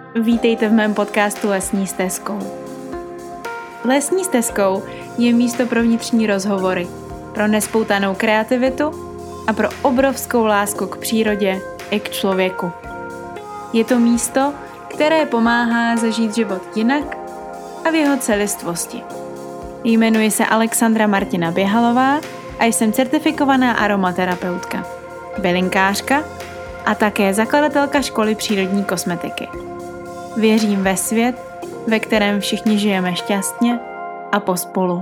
Vítejte v mém podcastu Lesní stezkou. Lesní stezkou je místo pro vnitřní rozhovory, pro nespoutanou kreativitu a pro obrovskou lásku k přírodě i k člověku. Je to místo, které pomáhá zažít život jinak a v jeho celistvosti. Jmenuji se Alexandra Martina Běhalová a jsem certifikovaná aromaterapeutka, bylinkářka a také zakladatelka školy přírodní kosmetiky. Věřím ve svět, ve kterém všichni žijeme šťastně a pospolu.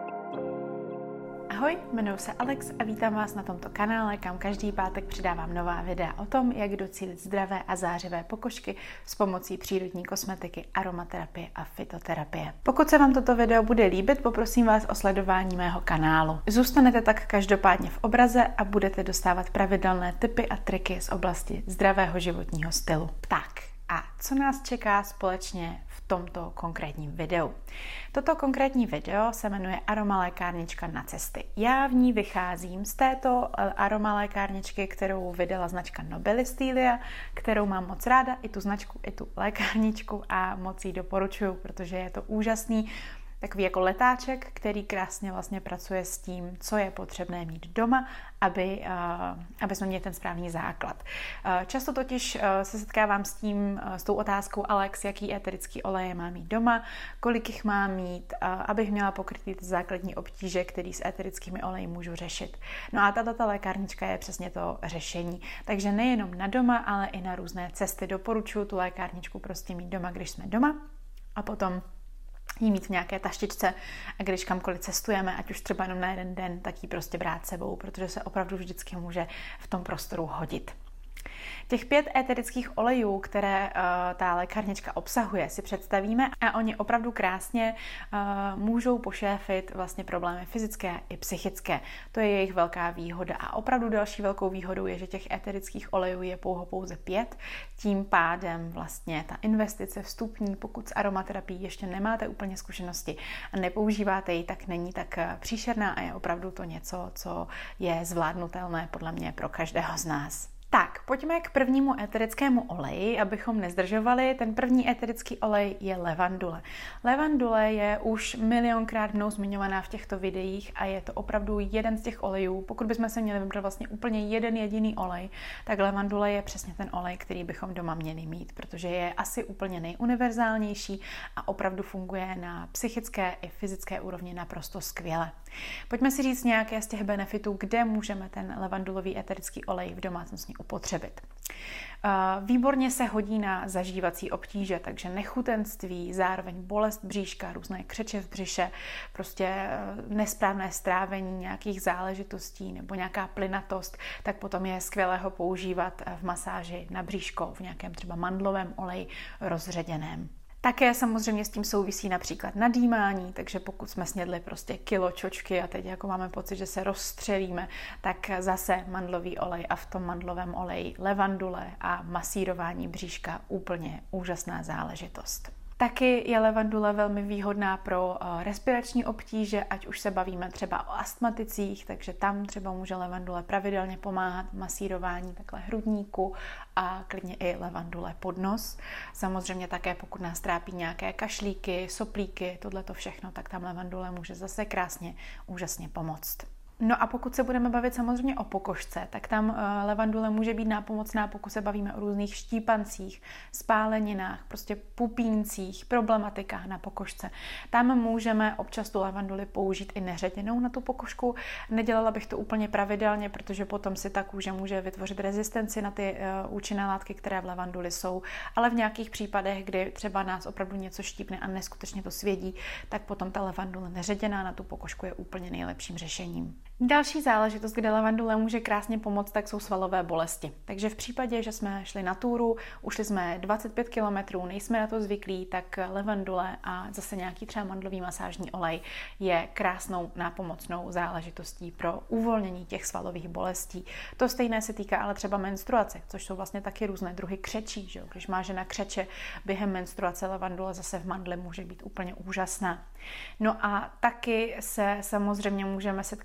Ahoj, jmenuji se Alex a vítám vás na tomto kanále, kam každý pátek přidávám nová videa o tom, jak docílit zdravé a zářivé pokožky s pomocí přírodní kosmetiky, aromaterapie a fytoterapie. Pokud se vám toto video bude líbit, poprosím vás o sledování mého kanálu. Zůstanete tak každopádně v obraze a budete dostávat pravidelné tipy a triky z oblasti zdravého životního stylu. Tak. A co nás čeká společně v tomto konkrétním videu? Toto konkrétní video se jmenuje Aromalékárnička na cesty. Já v ní vycházím z této aromalékárničky, kterou vydala značka Nobilistylia, kterou mám moc ráda, i tu značku, i tu lékárničku a moc ji doporučuju, protože je to úžasný takový jako letáček, který krásně vlastně pracuje s tím, co je potřebné mít doma, aby jsme měli ten správný základ. Často totiž se setkávám s tou otázkou, Alex, jaký eterický olej mám mít doma, kolik jich mám mít, abych měla pokrytý ty základní obtíže, které s eterickými oleji můžu řešit. No a tato lékárnička je přesně to řešení. Takže nejenom na doma, ale i na různé cesty doporučuji tu lékárničku prostě mít doma, když jsme doma, a potom jí mít v nějaké taštičce a když kamkoliv cestujeme, ať už třeba jenom na jeden den, tak ji prostě brát sebou, protože se opravdu vždycky může v tom prostoru hodit. Těch 5 eterických olejů, které ta lékárnička obsahuje, si představíme a oni opravdu krásně můžou pošéfit vlastně problémy fyzické i psychické. To je jejich velká výhoda. A opravdu další velkou výhodou je, že těch eterických olejů je pouze 5. Tím pádem vlastně ta investice vstupní, pokud s aromaterapií ještě nemáte úplně zkušenosti a nepoužíváte ji, tak není tak příšerná a je opravdu to něco, co je zvládnutelné podle mě pro každého z nás. Tak, pojďme k prvnímu eterickému oleji, abychom nezdržovali. Ten první eterický olej je levandule. Levandule je už milionkrát mnou zmiňovaná v těchto videích a je to opravdu jeden z těch olejů. Pokud bychom se měli vybrat vlastně úplně jeden jediný olej, tak levandule je přesně ten olej, který bychom doma měli mít, protože je asi úplně nejuniverzálnější a opravdu funguje na psychické i fyzické úrovni naprosto skvěle. Pojďme si říct nějaké z těch benefitů, kde můžeme ten levandulový eterický olej v domácnosti upotřebit. Výborně se hodí na zažívací obtíže, takže nechutenství, zároveň bolest bříška, různé křeče v břiše, prostě nesprávné strávení nějakých záležitostí nebo nějaká plynatost, tak potom je skvělé ho používat v masáži na bříško, v nějakém třeba mandlovém oleji rozředěném. Také samozřejmě s tím souvisí například nadýmání, takže pokud jsme snědli prostě kilo čočky a teď jako máme pocit, že se rozstřelíme, tak zase mandlový olej a v tom mandlovém oleji levandule a masírování bříška úplně úžasná záležitost. Taky je levandule velmi výhodná pro respirační obtíže, ať už se bavíme třeba o astmaticích, takže tam třeba může levandule pravidelně pomáhat v masírování takhle hrudníku a klidně i levandule pod nos. Samozřejmě také pokud nás trápí nějaké kašlíky, soplíky, tohleto všechno, tak tam levandule může zase krásně, úžasně pomoct. No a pokud se budeme bavit samozřejmě o pokožce, tak tam levandule může být nápomocná, pokud se bavíme o různých štípancích, spáleninách, prostě pupíncích, problematikách na pokožce. Tam můžeme občas tu levanduli použít i neředěnou na tu pokožku. Nedělala bych to úplně pravidelně, protože potom si ta kůže může vytvořit rezistenci na ty účinné látky, které v levanduli jsou, ale v nějakých případech, kdy třeba nás opravdu něco štípne a neskutečně to svědí, tak potom ta levandule neředěná na tu pokožku je úplně nejlepším řešením. Další záležitost, kde levandule může krásně pomoct, tak jsou svalové bolesti. Takže v případě, že jsme šli na túru, ušli jsme 25 km, nejsme na to zvyklí, tak levandule a zase nějaký třeba mandlový masážní olej je krásnou nápomocnou záležitostí pro uvolnění těch svalových bolestí. To stejné se týká ale třeba menstruace, což jsou vlastně taky různé druhy křečí. Že? Když má žena křeče během menstruace, levandule zase v mandli může být úplně úžasná. No a taky se samozřejmě můžeme setkat s tím, že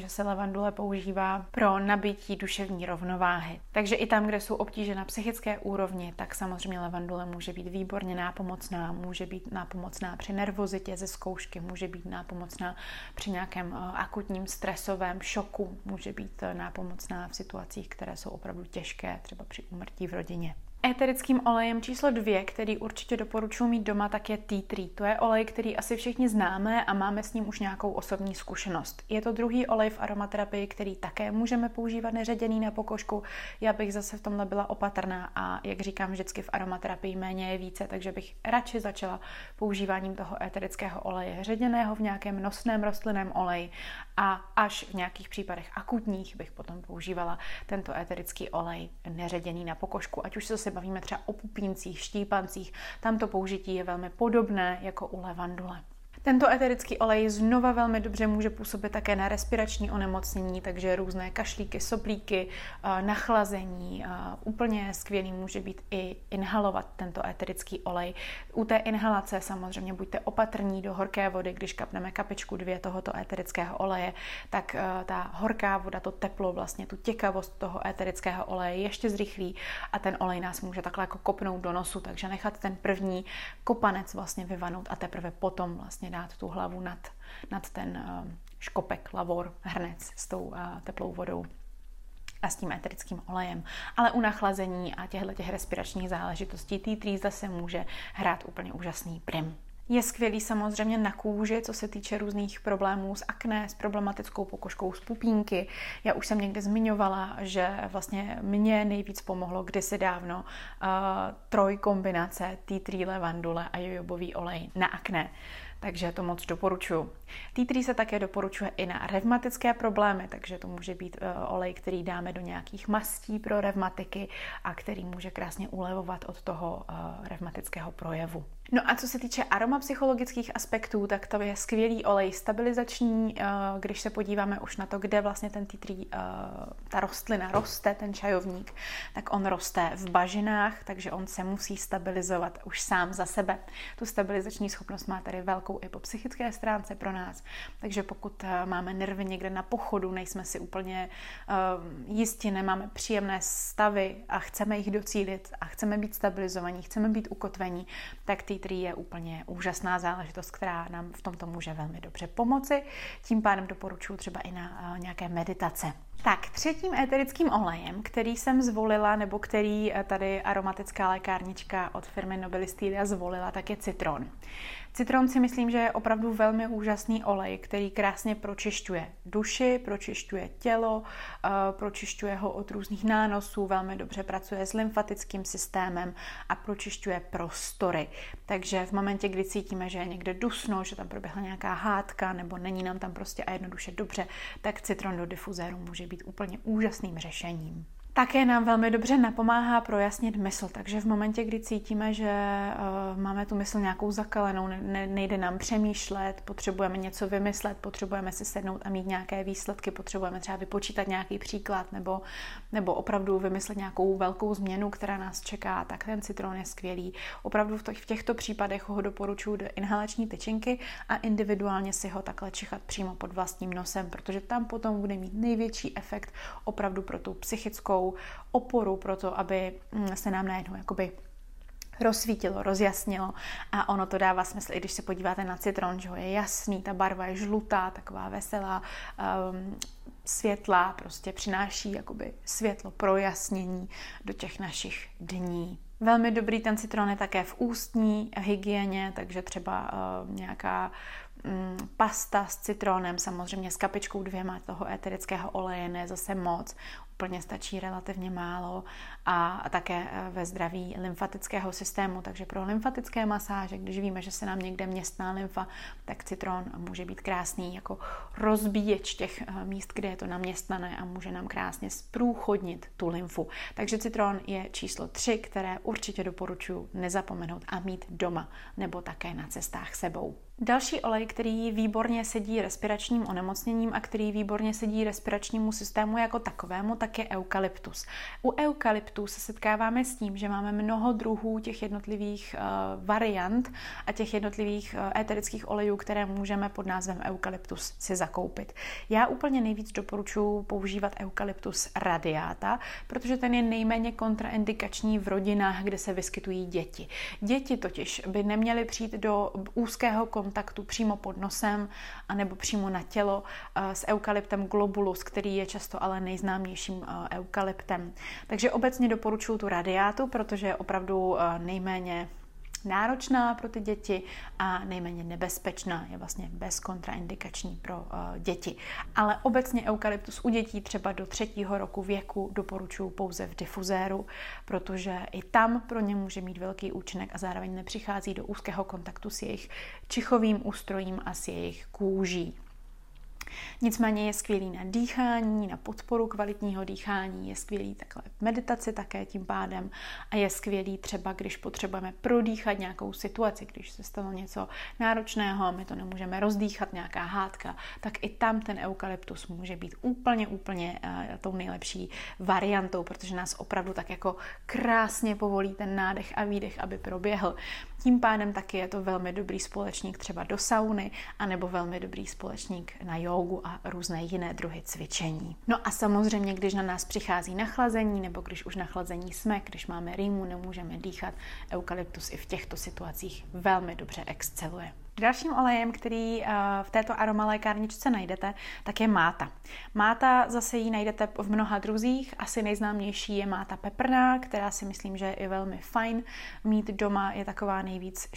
že se levandule používá pro nabití duševní rovnováhy. Takže i tam, kde jsou obtíže na psychické úrovni, tak samozřejmě levandule může být výborně nápomocná, může být nápomocná při nervozitě ze zkoušky, může být nápomocná při nějakém akutním stresovém šoku, může být nápomocná v situacích, které jsou opravdu těžké, třeba při úmrtí v rodině. Eterickým olejem číslo 2, který určitě doporučuji mít doma, tak je tea tree. To je olej, který asi všichni známe a máme s ním už nějakou osobní zkušenost. Je to druhý olej v aromaterapii, který také můžeme používat neředěný na pokožku. Já bych zase v tomhle byla opatrná a jak říkám vždycky v aromaterapii méně je více, takže bych radši začala používáním toho eterického oleje ředěného v nějakém nosném rostlinném oleji a až v nějakých případech akutních bych potom používala tento eterický olej neředěný na pokožku, ať už se bavíme třeba o pupíncích, štípancích, tam to použití je velmi podobné jako u levandule. Tento eterický olej znova velmi dobře může působit také na respirační onemocnění, takže různé kašlíky, soplíky, nachlazení. Úplně skvělý může být i inhalovat tento eterický olej. U té inhalace samozřejmě buďte opatrní do horké vody, když kapneme kapičku 2 tohoto eterického oleje, tak ta horká voda, to teplo, vlastně tu těkavost toho eterického oleje ještě zrychlí a ten olej nás může takhle jako kopnout do nosu, takže nechat ten první kopanec vlastně vyvanout a teprve potom vlastně dát tu hlavu nad ten škopek, lavor, hrnec s tou teplou vodou a s tím eterickým olejem. Ale u nachlazení a těch respiračních záležitostí tea tree zase může hrát úplně úžasný prim. Je skvělý samozřejmě na kůži, co se týče různých problémů s akné, s problematickou pokožkou, s pupínky. Já už jsem někde zmiňovala, že vlastně mě nejvíc pomohlo kdysi dávno trojkombinace tea tree, levandule a jojobový olej na akné. Takže to moc doporučuji. Tea tree se také doporučuje i na revmatické problémy, takže to může být olej, který dáme do nějakých mastí pro revmatiky a který může krásně ulevovat od toho revmatického projevu. No a co se týče aromapsychologických aspektů, tak to je skvělý olej stabilizační, když se podíváme už na to, kde vlastně ten tea tree, ta rostlina roste, ten čajovník, tak on roste v bažinách, takže on se musí stabilizovat už sám za sebe. Tu stabilizační schopnost má tady velkou i po psychické stránce pro nás, takže pokud máme nervy někde na pochodu, nejsme si úplně jistí, nemáme příjemné stavy a chceme jich docílit a chceme být stabilizovaní, chceme být ukotvení, tak tea tree je úplně úžasná záležitost, která nám v tomto může velmi dobře pomoci. Tím pádem doporučuji třeba i na nějaké meditace. Tak, třetím eterickým olejem, který jsem zvolila, nebo který tady aromatická lékárnička od firmy Nobilisteria zvolila, tak je citron. Citron si myslím, že je opravdu velmi úžasný olej, který krásně pročišťuje duši, pročišťuje tělo, pročišťuje ho od různých nánosů, velmi dobře pracuje s lymfatickým systémem a pročišťuje prostory. Takže v momentě, kdy cítíme, že je někde dusno, že tam proběhla nějaká hádka nebo není nám tam prostě a jednoduše dobře, tak citron do difuzéru může být úplně úžasným řešením. Také nám velmi dobře napomáhá projasnit mysl, takže v momentě, kdy cítíme, že máme tu mysl nějakou zakalenou, nejde nám přemýšlet, potřebujeme něco vymyslet, potřebujeme si sednout a mít nějaké výsledky, potřebujeme třeba vypočítat nějaký příklad nebo opravdu vymyslet nějakou velkou změnu, která nás čeká, tak ten citron je skvělý. Opravdu v těchto případech ho doporučuji do inhalační tyčinky a individuálně si ho takhle čichat přímo pod vlastním nosem, protože tam potom bude mít největší efekt opravdu pro tu psychickou oporu pro to, aby se nám najednou jakoby rozsvítilo, rozjasnilo a ono to dává smysl, i když se podíváte na citron, že ho je jasný, ta barva je žlutá, taková veselá, světlá, prostě přináší jakoby světlo, projasnění do těch našich dní. Velmi dobrý ten citron je také v ústní hygieně, takže třeba nějaká pasta s citronem, samozřejmě s kapičkou 2 toho eterického oleje, ne zase moc, úplně stačí relativně málo a také ve zdraví lymfatického systému, takže pro lymfatické masáže, když víme, že se nám někde městná lymfa, tak citron může být krásný jako rozbíječ těch míst, kde je to naměstnané a může nám krásně zprůchodnit tu lymfu. Takže citron je číslo 3, které určitě doporučuji nezapomenout a mít doma nebo také na cestách sebou. Další olej, který výborně sedí respiračním onemocněním a který výborně sedí respiračnímu systému jako takovému, tak je eukalyptus. U eukalyptu se setkáváme s tím, že máme mnoho druhů těch jednotlivých variant a těch jednotlivých éterických olejů, které můžeme pod názvem eukalyptus si zakoupit. Já úplně nejvíc doporučuji používat eukalyptus radiata, protože ten je nejméně kontraindikační v rodinách, kde se vyskytují děti. Děti totiž by neměly přijít do úzkého kontaktu přímo pod nosem anebo přímo na tělo s eukalyptem globulus, který je často ale nejznámějším eukalyptem. Takže obecně doporučuji tu radiátu, protože je opravdu nejméně náročná pro ty děti a nejméně nebezpečná, je vlastně bezkontraindikační pro děti. Ale obecně eukalyptus u dětí třeba do 3. roku věku doporučuji pouze v difuzéru, protože i tam pro ně může mít velký účinek a zároveň nepřichází do úzkého kontaktu s jejich čichovým ústrojím a s jejich kůží. Nicméně je skvělý na dýchání, na podporu kvalitního dýchání, je skvělý takhle v meditaci také tím pádem a je skvělý třeba, když potřebujeme prodýchat nějakou situaci, když se stalo něco náročného, my to nemůžeme rozdýchat, nějaká hádka, tak i tam ten eukalyptus může být úplně tou nejlepší variantou, protože nás opravdu tak jako krásně povolí ten nádech a výdech, aby proběhl. Tím pádem taky je to velmi dobrý společník třeba do sauny, anebo velmi dobrý společník na jógu a různé jiné druhy cvičení. No a samozřejmě, když na nás přichází nachlazení, nebo když už nachlazení jsme, když máme rýmu, nemůžeme dýchat, eukalyptus i v těchto situacích velmi dobře exceluje. Dalším olejem, který v této aromalékárničce najdete, tak je máta. Máta zase ji najdete v mnoha druzích, asi nejznámější je máta peprná, která si myslím, že je velmi fajn mít doma, je taková nejvíc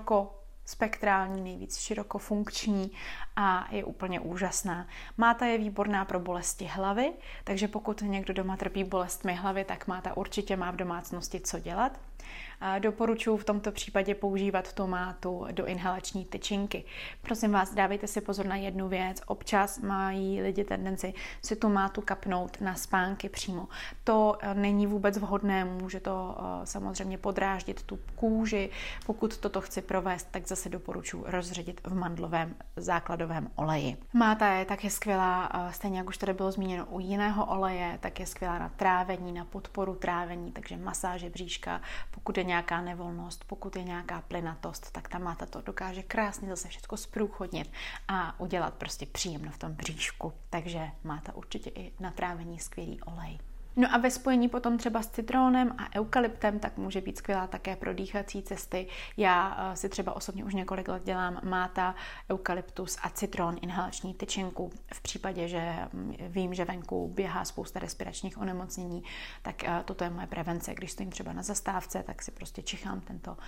spektrální, nejvíc širokofunkční a je úplně úžasná. Máta je výborná pro bolesti hlavy, takže pokud někdo doma trpí bolestmi hlavy, tak máta určitě má v domácnosti co dělat. Doporučuji v tomto případě používat tu mátu do inhalační tyčinky. Prosím vás, dávejte si pozor na jednu věc. Občas mají lidi tendenci si tu mátu kapnout na spánky přímo. To není vůbec vhodné, může to samozřejmě podráždit tu kůži. Pokud toto chci provést, tak zase doporučuji rozředit v mandlovém základovém oleji. Máta je také skvělá, stejně jak už tady bylo zmíněno u jiného oleje, tak je skvělá na trávení, na podporu trávení, takže masáže bříška. Pokud je nějaká nevolnost, pokud je nějaká plynatost, tak ta máta to dokáže krásně zase všechno zprůchodnit a udělat prostě příjemno v tom bříšku. Takže máta určitě i na trávení skvělý olej. No a ve spojení potom třeba s citrónem a eukalyptem, tak může být skvělá také pro dýchací cesty. Já si třeba osobně už několik let dělám máta, eukalyptus a citron inhalační tyčinku. V případě, že vím, že venku běhá spousta respiračních onemocnění, tak toto je moje prevence. Když stojím třeba na zastávce, tak si prostě čichám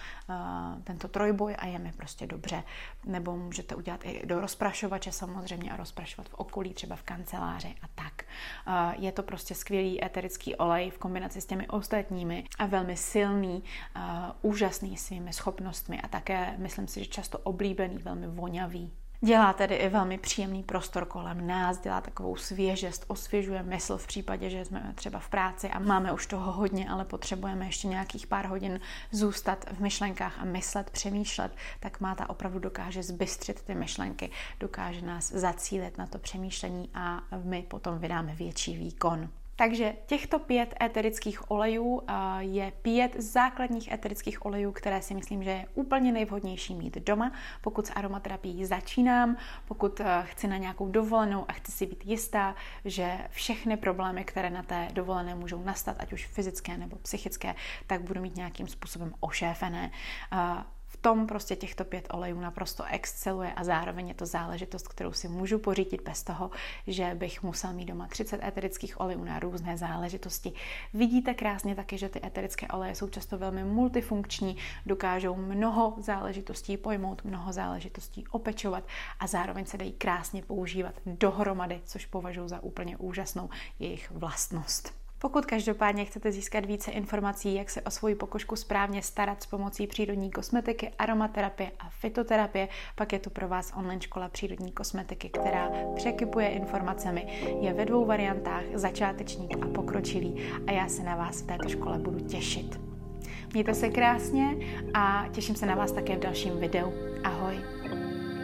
tento trojboj a je mi prostě dobře. Nebo můžete udělat i do rozprašovače samozřejmě a rozprašovat v okolí, třeba v kanceláři a tak. Je to prostě skvělý eterický olej v kombinaci s těmi ostatními a velmi silný, úžasný svými schopnostmi a také, myslím si, že často oblíbený, velmi vonavý. Dělá tedy i velmi příjemný prostor kolem nás, dělá takovou svěžest, osvěžuje mysl v případě, že jsme třeba v práci a máme už toho hodně, ale potřebujeme ještě nějakých pár hodin zůstat v myšlenkách a myslet, přemýšlet, tak máta opravdu dokáže zbystřit ty myšlenky, dokáže nás zacílit na to přemýšlení a my potom vydáme větší výkon. Takže těchto 5 eterických olejů je 5 základních eterických olejů, které si myslím, že je úplně nejvhodnější mít doma, pokud s aromaterapií začínám, pokud chci na nějakou dovolenou a chci si být jistá, že všechny problémy, které na té dovolené můžou nastat, ať už fyzické nebo psychické, tak budu mít nějakým způsobem ošéfené. V tom prostě těchto 5 olejů naprosto exceluje a zároveň je to záležitost, kterou si můžu pořídit bez toho, že bych musel mít doma 30 eterických olejů na různé záležitosti. Vidíte krásně taky, že ty eterické oleje jsou často velmi multifunkční, dokážou mnoho záležitostí pojmout, mnoho záležitostí opečovat a zároveň se dají krásně používat dohromady, což považuji za úplně úžasnou jejich vlastnost. Pokud každopádně chcete získat více informací, jak se o svoji pokožku správně starat s pomocí přírodní kosmetiky, aromaterapie a fytoterapie, pak je tu pro vás online škola přírodní kosmetiky, která překypuje informacemi. Je ve 2 variantách, začátečník a pokročilý a já se na vás v této škole budu těšit. Mějte se krásně a těším se na vás také v dalším videu. Ahoj!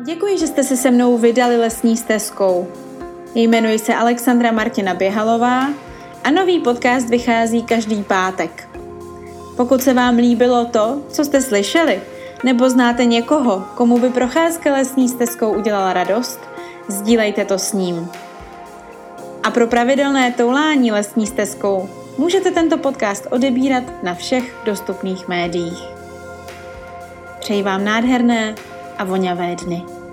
Děkuji, že jste se se mnou vydali lesní stezkou. Jmenuji se Alexandra Martina Běhalová a nový podcast vychází každý pátek. Pokud se vám líbilo to, co jste slyšeli, nebo znáte někoho, komu by procházka lesní stezkou udělala radost, sdílejte to s ním. A pro pravidelné toulání lesní stezkou můžete tento podcast odebírat na všech dostupných médiích. Přeji vám nádherné a voňavé dny.